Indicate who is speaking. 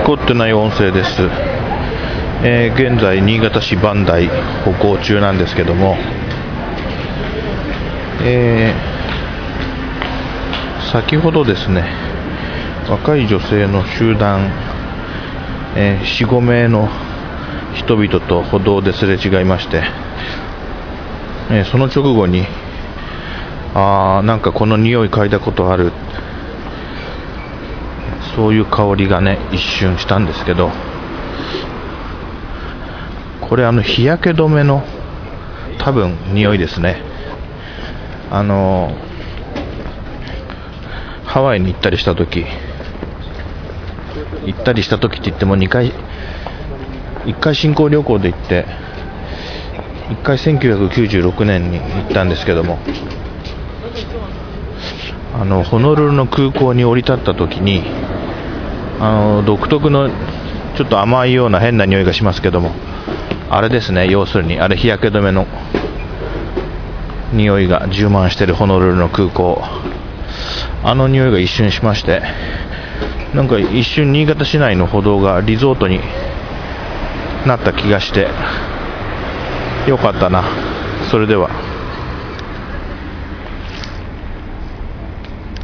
Speaker 1: 聞こえてない音声です。現在新潟市磐梯歩行中なんですけども、先ほどですね、若い女性の集団、4、5名の人々と歩道ですれ違いまして、その直後になんかこの匂い嗅いだことある、そういう香りがね一瞬したんですけど、これ日焼け止めの多分匂いですね。ハワイに行ったりした時って言っても1回新婚旅行で行って、1回1996年に行ったんですけども、ホノルルの空港に降り立った時に独特のちょっと甘いような変な匂いがしますけども、あれですね、要するにあれ日焼け止めの匂いが充満しているホノルルの空港、匂いが一瞬しまして、なんか一瞬新潟市内の歩道がリゾートになった気がしてよかったな。それでは。